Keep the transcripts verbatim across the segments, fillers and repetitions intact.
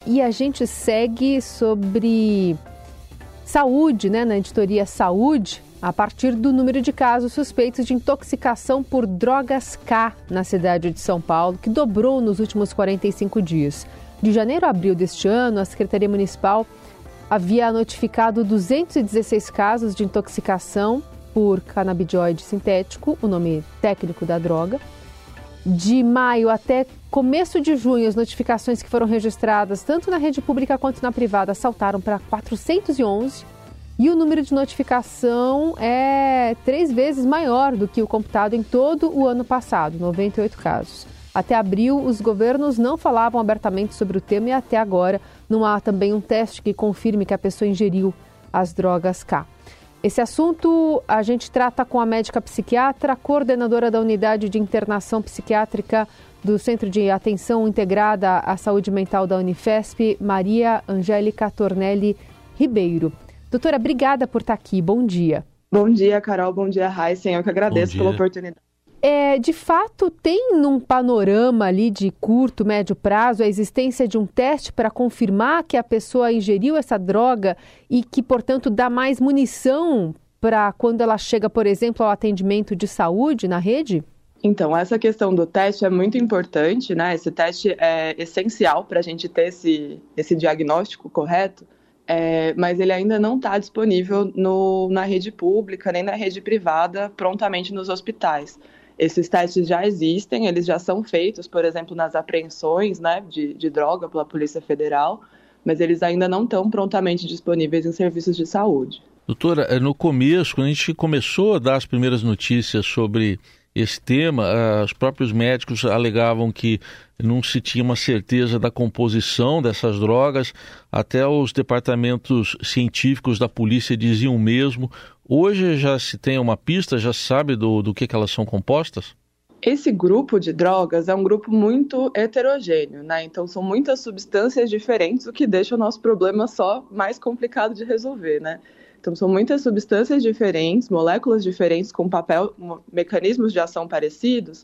E a gente segue sobre saúde, né, na editoria Saúde, a partir do número de casos suspeitos de intoxicação por drogas K na cidade de São Paulo, que dobrou nos últimos quarenta e cinco dias. De janeiro a abril deste ano, a Secretaria Municipal havia notificado duzentos e dezesseis casos de intoxicação por canabidiol sintético, o nome técnico da droga. De maio até começo de junho, as notificações que foram registradas tanto na rede pública quanto na privada saltaram para quatrocentos e onze. E o número de notificação é três vezes maior do que o computado em todo o ano passado, noventa e oito casos. Até abril, os governos não falavam abertamente sobre o tema e até agora não há também um teste que confirme que a pessoa ingeriu as drogas K. Esse assunto a gente trata com a médica psiquiatra, coordenadora da Unidade de Internação Psiquiátrica do Centro de Atenção Integrada à Saúde Mental da Unifesp, Maria Angélica Tornelli Ribeiro. Doutora, obrigada por estar aqui. Bom dia. Bom dia, Carol. Bom dia, Raíssen. Eu que agradeço pela oportunidade. É, de fato, tem num panorama ali de curto, médio prazo a existência de um teste para confirmar que a pessoa ingeriu essa droga e que, portanto, dá mais munição para quando ela chega, por exemplo, ao atendimento de saúde na rede? Então, essa questão do teste é muito importante, né? Esse teste é essencial para a gente ter esse, esse diagnóstico correto. É, mas ele ainda não está disponível no, na rede pública nem na rede privada prontamente nos hospitais. Esses testes já existem, eles já são feitos, por exemplo, nas apreensões, né, de, de droga pela Polícia Federal, mas eles ainda não estão prontamente disponíveis em serviços de saúde. Doutora, no começo, quando a gente começou a dar as primeiras notícias sobre esse tema, os próprios médicos alegavam que não se tinha uma certeza da composição dessas drogas, até os departamentos científicos da polícia diziam o mesmo. Hoje já se tem uma pista, já se sabe do, do que, que elas são compostas? Esse grupo de drogas é um grupo muito heterogêneo, né? Então são muitas substâncias diferentes, o que deixa o nosso problema só mais complicado de resolver, né? Então, são muitas substâncias diferentes, moléculas diferentes, com papel, mecanismos de ação parecidos,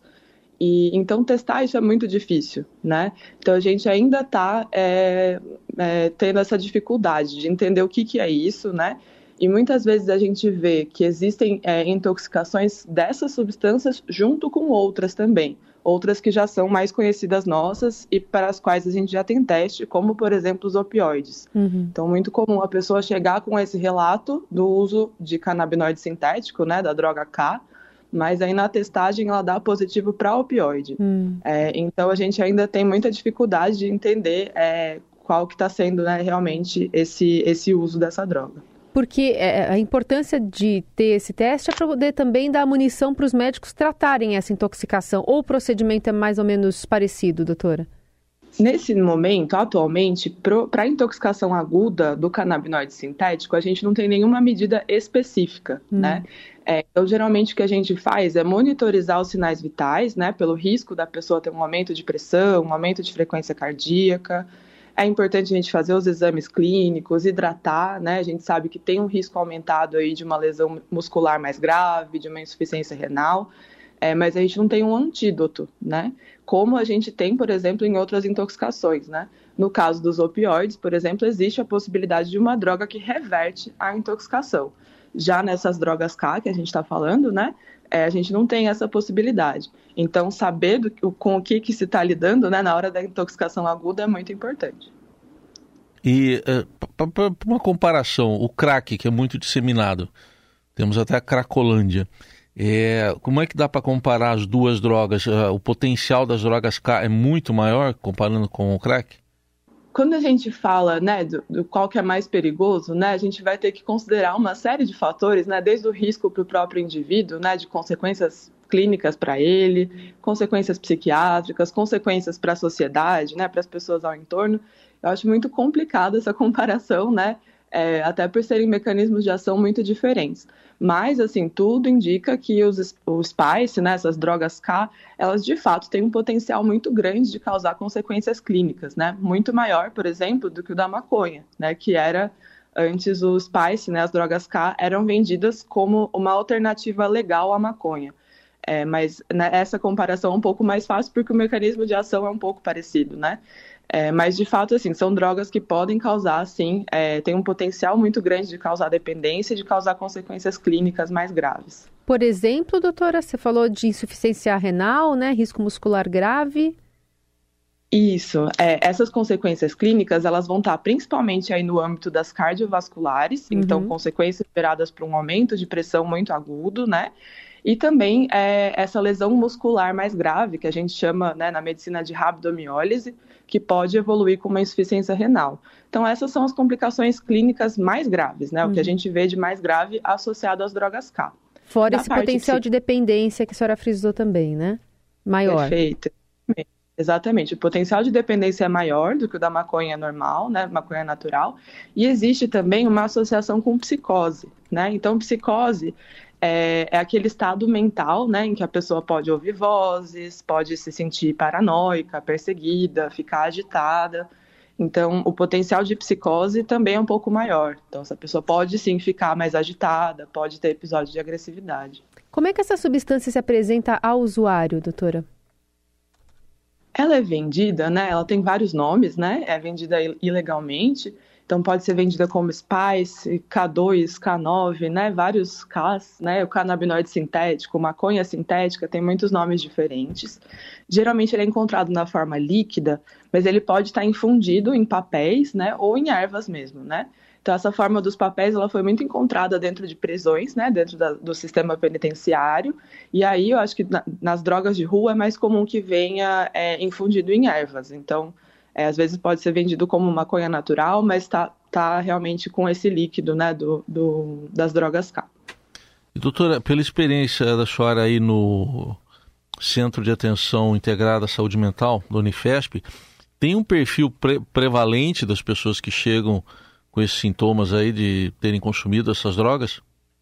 e então testar isso é muito difícil, né? Então, a gente ainda está é, é, tendo essa dificuldade de entender o que, que é isso, né? E muitas vezes a gente vê que existem é, intoxicações dessas substâncias junto com outras também, outras que já são mais conhecidas nossas e para as quais a gente já tem teste, como, por exemplo, os opioides. Uhum. Então, muito comum a pessoa chegar com esse relato do uso de canabinoide sintético, né, da droga K, mas aí na testagem ela dá positivo para opioide. Uhum. É, então, a gente ainda tem muita dificuldade de entender é, qual que está sendo, né, realmente esse, esse uso dessa droga. Porque a importância de ter esse teste é para poder também dar munição para os médicos tratarem essa intoxicação, ou o procedimento é mais ou menos parecido, doutora? Nesse momento, atualmente, para a intoxicação aguda do canabinoide sintético, a gente não tem nenhuma medida específica, hum. né? É, então, geralmente, o que a gente faz é monitorizar os sinais vitais, né? Pelo risco da pessoa ter um aumento de pressão, um aumento de frequência cardíaca. É importante a gente fazer os exames clínicos, hidratar, né? A gente sabe que tem um risco aumentado aí de uma lesão muscular mais grave, de uma insuficiência renal, é, mas a gente não tem um antídoto, né? Como a gente tem, por exemplo, em outras intoxicações, né? No caso dos opioides, por exemplo, existe a possibilidade de uma droga que reverte a intoxicação. Já nessas drogas K que a gente está falando, né? É, a gente não tem essa possibilidade. Então, saber do, com o que, que se está lidando, né, na hora da intoxicação aguda é muito importante. E, uh, para uma comparação, o crack, que é muito disseminado, temos até a cracolândia, é, como é que dá para comparar as duas drogas? Uh, o potencial das drogas K é muito maior comparando com o crack? Quando a gente fala, né, do, do qual que é mais perigoso, né, a gente vai ter que considerar uma série de fatores, né, desde o risco para o próprio indivíduo, né, de consequências clínicas para ele, consequências psiquiátricas, consequências para a sociedade, né, para as pessoas ao entorno. Eu acho muito complicada essa comparação, né, é, até por serem mecanismos de ação muito diferentes. Mas, assim, tudo indica que os, os Spice, né, essas drogas K, elas de fato têm um potencial muito grande de causar consequências clínicas, né, muito maior, por exemplo, do que o da maconha, né, que era antes o Spice, né, as drogas K, eram vendidas como uma alternativa legal à maconha. É, mas né, essa comparação é um pouco mais fácil porque o mecanismo de ação é um pouco parecido, né? É, mas, de fato, assim, são drogas que podem causar, sim, é, tem um potencial muito grande de causar dependência e de causar consequências clínicas mais graves. Por exemplo, doutora, você falou de insuficiência renal, né? Risco muscular grave. Isso. É, essas consequências clínicas, elas vão estar principalmente aí no âmbito das cardiovasculares, uhum. Então, consequências geradas por um aumento de pressão muito agudo, né? E também é, essa lesão muscular mais grave, que a gente chama, né, na medicina de rabdomiólise, que pode evoluir com uma insuficiência renal. Então, essas são as complicações clínicas mais graves, né? Uhum. O que a gente vê de mais grave associado às drogas K. Fora da esse potencial de dependência que a senhora frisou também, né? Maior. Perfeito. Exatamente. O potencial de dependência é maior do que o da maconha normal, né? Maconha natural. E existe também uma associação com psicose, né? Então, psicose é, é aquele estado mental, né? Em que a pessoa pode ouvir vozes, pode se sentir paranoica, perseguida, ficar agitada. Então, o potencial de psicose também é um pouco maior. Então, essa pessoa pode, sim, ficar mais agitada, pode ter episódios de agressividade. Como é que essa substância se apresenta ao usuário, doutora? Ela é vendida, né? Ela tem vários nomes, né? É vendida ilegalmente. Então, pode ser vendida como Spice, K dois, K nove, né? Vários Ks, né? O canabinoide sintético, maconha sintética, tem muitos nomes diferentes. Geralmente, ele é encontrado na forma líquida, mas ele pode estar infundido em papéis, né? Ou em ervas mesmo, né? Então, essa forma dos papéis, ela foi muito encontrada dentro de prisões, né? Dentro da, do sistema penitenciário. E aí, eu acho que na, nas drogas de rua é mais comum que venha é, infundido em ervas. Então, É, às vezes pode ser vendido como maconha natural, mas está tá realmente com esse líquido, né, do, do, das drogas K. E, doutora, pela experiência da senhora aí no Centro de Atenção Integrada à Saúde Mental, do Unifesp, tem um perfil pre- prevalente das pessoas que chegam com esses sintomas aí de terem consumido essas drogas?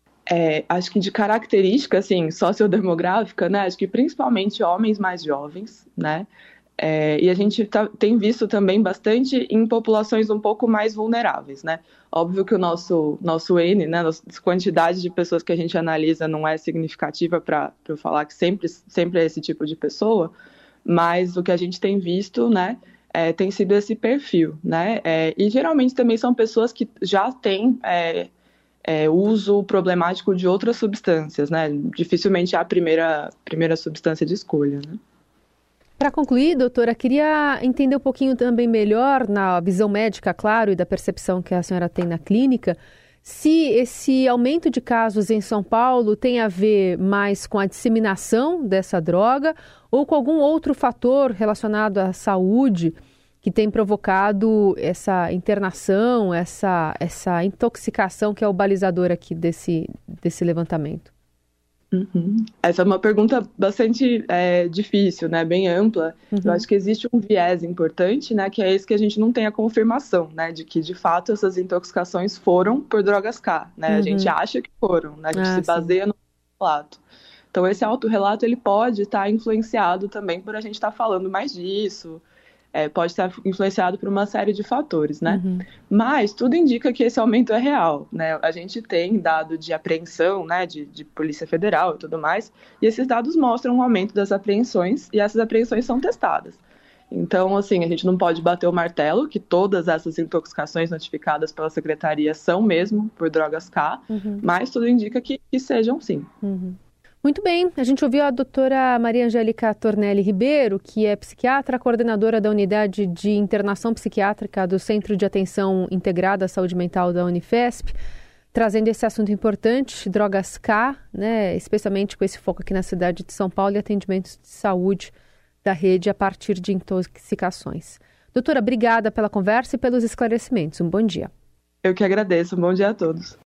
É, acho que de característica, assim, sociodemográfica, né, acho que principalmente homens mais jovens, né, É, e a gente tá, tem visto também bastante em populações um pouco mais vulneráveis, né? Óbvio que o nosso, nosso N, né, a quantidade de pessoas que a gente analisa não é significativa para eu falar que sempre, sempre é esse tipo de pessoa, mas o que a gente tem visto, né, é, tem sido esse perfil, né? É, e geralmente também são pessoas que já têm é, é, uso problemático de outras substâncias, né? Dificilmente é a primeira, primeira substância de escolha, né? Para concluir, doutora, queria entender um pouquinho também melhor, na visão médica, claro, e da percepção que a senhora tem na clínica, se esse aumento de casos em São Paulo tem a ver mais com a disseminação dessa droga ou com algum outro fator relacionado à saúde que tem provocado essa internação, essa, essa intoxicação que é o balizador aqui desse, desse levantamento. Uhum. Essa é uma pergunta bastante é, difícil, né? Bem ampla. Uhum. Eu acho que existe um viés importante, né? Que é esse que a gente não tem a confirmação, né? De que, de fato, essas intoxicações foram por drogas K, né? Uhum. A gente acha que foram, né? A gente ah, se baseia sim. no relato. Então, esse autorrelato, ele pode estar influenciado também por a gente estar falando mais disso, é, pode estar influenciado por uma série de fatores, né? Uhum. Mas tudo indica que esse aumento é real, né? A gente tem dado de apreensão, né, de, de Polícia Federal e tudo mais, e esses dados mostram um aumento das apreensões, e essas apreensões são testadas. Então, assim, a gente não pode bater o martelo que todas essas intoxicações notificadas pela Secretaria são mesmo por drogas K, uhum. mas tudo indica que, que sejam sim. Uhum. Muito bem, a gente ouviu a doutora Maria Angélica Tornelli Ribeiro, que é psiquiatra, coordenadora da Unidade de Internação Psiquiátrica do Centro de Atenção Integrada à Saúde Mental da Unifesp, trazendo esse assunto importante, drogas K, né, especialmente com esse foco aqui na cidade de São Paulo e atendimentos de saúde da rede a partir de intoxicações. Doutora, obrigada pela conversa e pelos esclarecimentos. Um bom dia. Eu que agradeço. Um bom dia a todos.